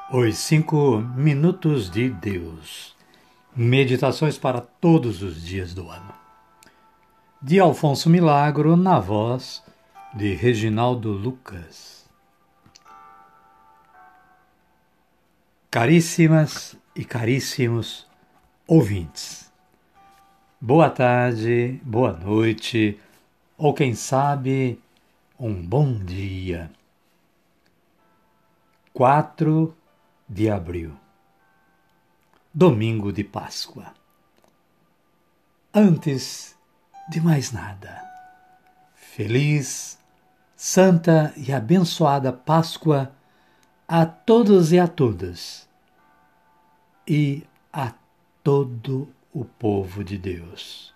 Os 5 minutos de Deus. Meditações para todos os dias do ano. De Alfonso Milagro, na voz de Reginaldo Lucas. Caríssimas e caríssimos ouvintes, boa tarde, boa noite, ou quem sabe, um bom dia. 4 de abril, domingo de Páscoa. Antes de mais nada, feliz, santa e abençoada Páscoa a todos e a todas, e a todo o povo de Deus.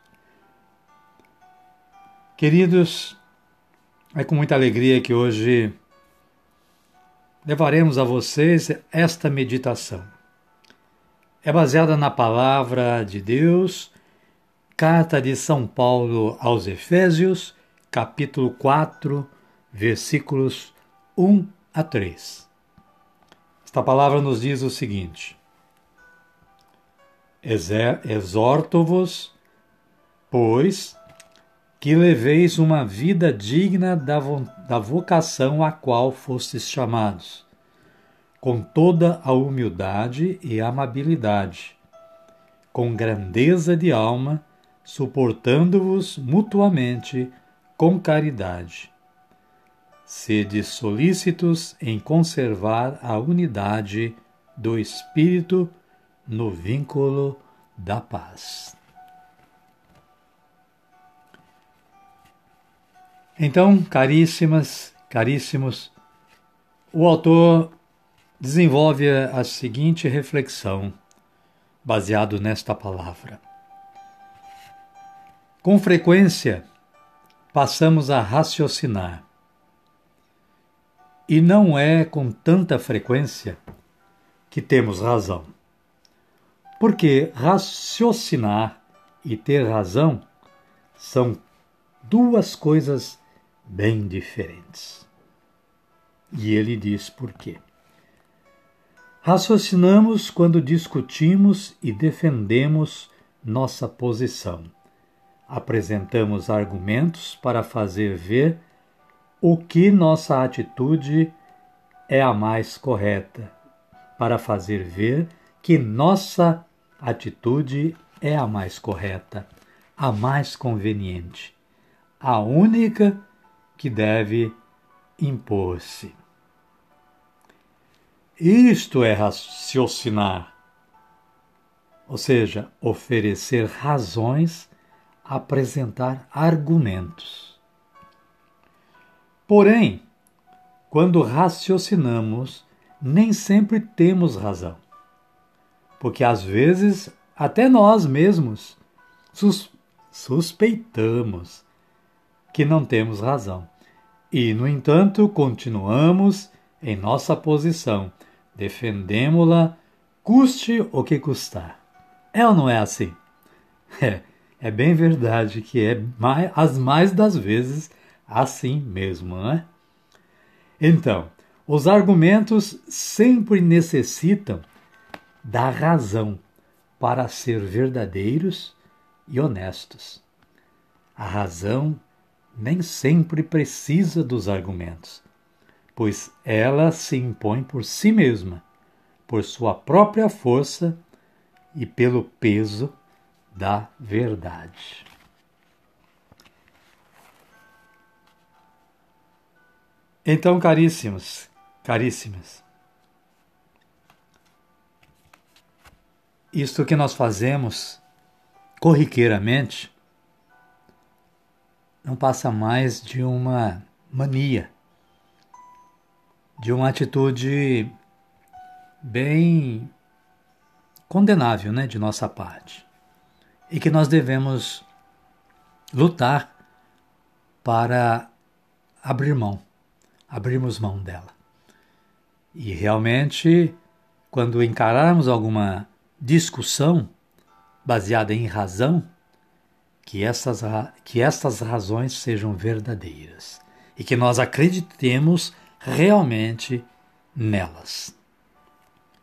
Queridos, é com muita alegria que hoje levaremos a vocês esta meditação. É baseada na palavra de Deus, carta de São Paulo aos Efésios, capítulo 4, versículos 1 a 3. Esta palavra nos diz o seguinte: Exorto-vos, pois, que leveis uma vida digna da vocação a qual fostes chamados, com toda a humildade e amabilidade, com grandeza de alma, suportando-vos mutuamente com caridade. Sede solícitos em conservar a unidade do Espírito no vínculo da paz. Então, caríssimas, caríssimos, o autor desenvolve a seguinte reflexão, baseado nesta palavra. Com frequência, passamos a raciocinar, e não é com tanta frequência que temos razão. Porque raciocinar e ter razão são duas coisas bem diferentes. E ele diz por quê. Raciocinamos quando discutimos e defendemos nossa posição. Apresentamos argumentos para fazer ver o que nossa atitude é a mais correta, para fazer ver que nossa atitude é a mais correta, a mais conveniente, a única que deve impor-se. Isto é raciocinar, ou seja, oferecer razões, apresentar argumentos. Porém, quando raciocinamos, nem sempre temos razão, porque às vezes até nós mesmos suspeitamos que não temos razão. E, no entanto, continuamos em nossa posição, defendemos-la, custe o que custar. É ou não é assim? É bem verdade que é as mais das vezes assim mesmo, não é? Então, os argumentos sempre necessitam da razão para ser verdadeiros e honestos. A razão nem sempre precisa dos argumentos, pois ela se impõe por si mesma, por sua própria força e pelo peso da verdade. Então, caríssimos, caríssimas, isto que nós fazemos corriqueiramente não passa mais de uma mania, de uma atitude bem condenável, né, de nossa parte, e que nós devemos lutar para abrirmos mão dela. E realmente, quando encararmos alguma discussão baseada em razão, que estas razões sejam verdadeiras e que nós acreditemos realmente nelas.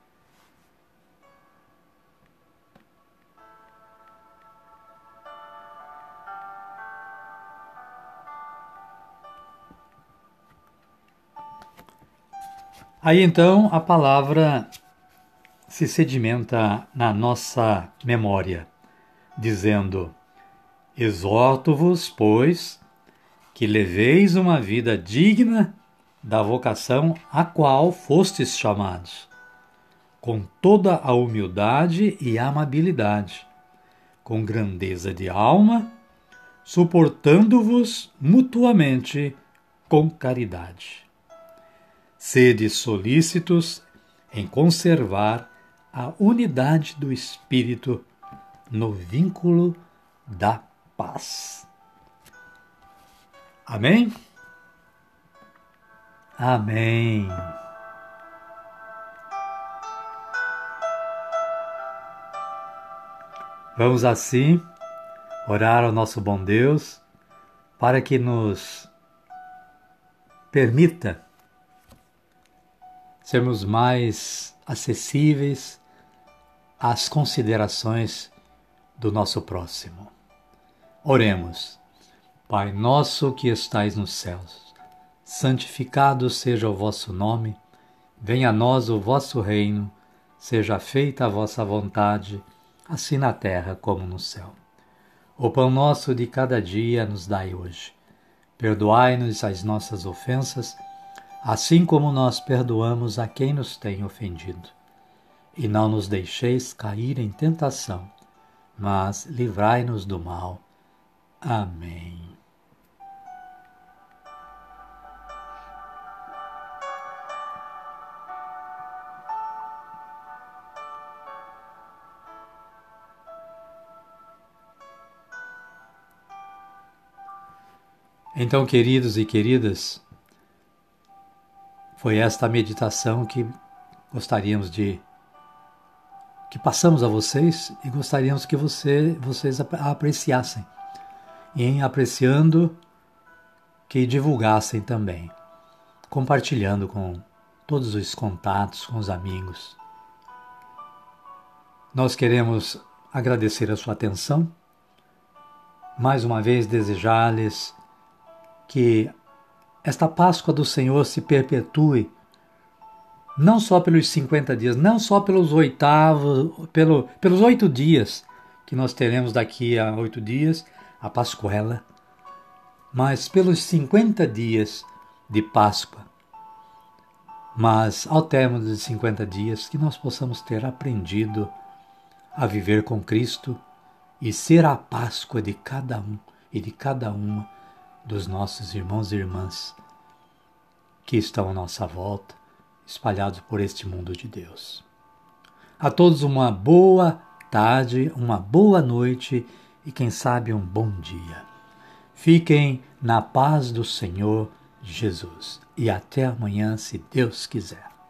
Aí então a palavra se sedimenta na nossa memória, dizendo: exorto-vos, pois, que leveis uma vida digna da vocação a qual fostes chamados, com toda a humildade e amabilidade, com grandeza de alma, suportando-vos mutuamente com caridade. Sede solícitos em conservar a unidade do Espírito no vínculo da paz. Amém? Amém. Vamos assim orar ao nosso bom Deus para que nos permita sermos mais acessíveis às considerações do nosso próximo. Oremos. Pai nosso que estais nos céus, santificado seja o vosso nome, venha a nós o vosso reino, seja feita a vossa vontade, assim na terra como no céu. O pão nosso de cada dia nos dai hoje. Perdoai-nos as nossas ofensas, assim como nós perdoamos a quem nos tem ofendido. E não nos deixeis cair em tentação, mas livrai-nos do mal. Amém. Então, queridos e queridas, foi esta meditação que gostaríamos que passamos a vocês e gostaríamos que vocês a apreciassem. E em apreciando, que divulgassem também, compartilhando com todos os contatos, com os amigos. Nós queremos agradecer a sua atenção, mais uma vez desejar-lhes que esta Páscoa do Senhor se perpetue, não só pelos 50 dias, não só pelos 8 dias que nós teremos daqui a 8 dias, a Pascuela, mas pelos 50 dias de Páscoa. Mas ao término de 50 dias, que nós possamos ter aprendido a viver com Cristo e ser a Páscoa de cada um e de cada uma dos nossos irmãos e irmãs que estão à nossa volta, espalhados por este mundo de Deus. A todos uma boa tarde, uma boa noite e quem sabe um bom dia. Fiquem na paz do Senhor Jesus e até amanhã, se Deus quiser.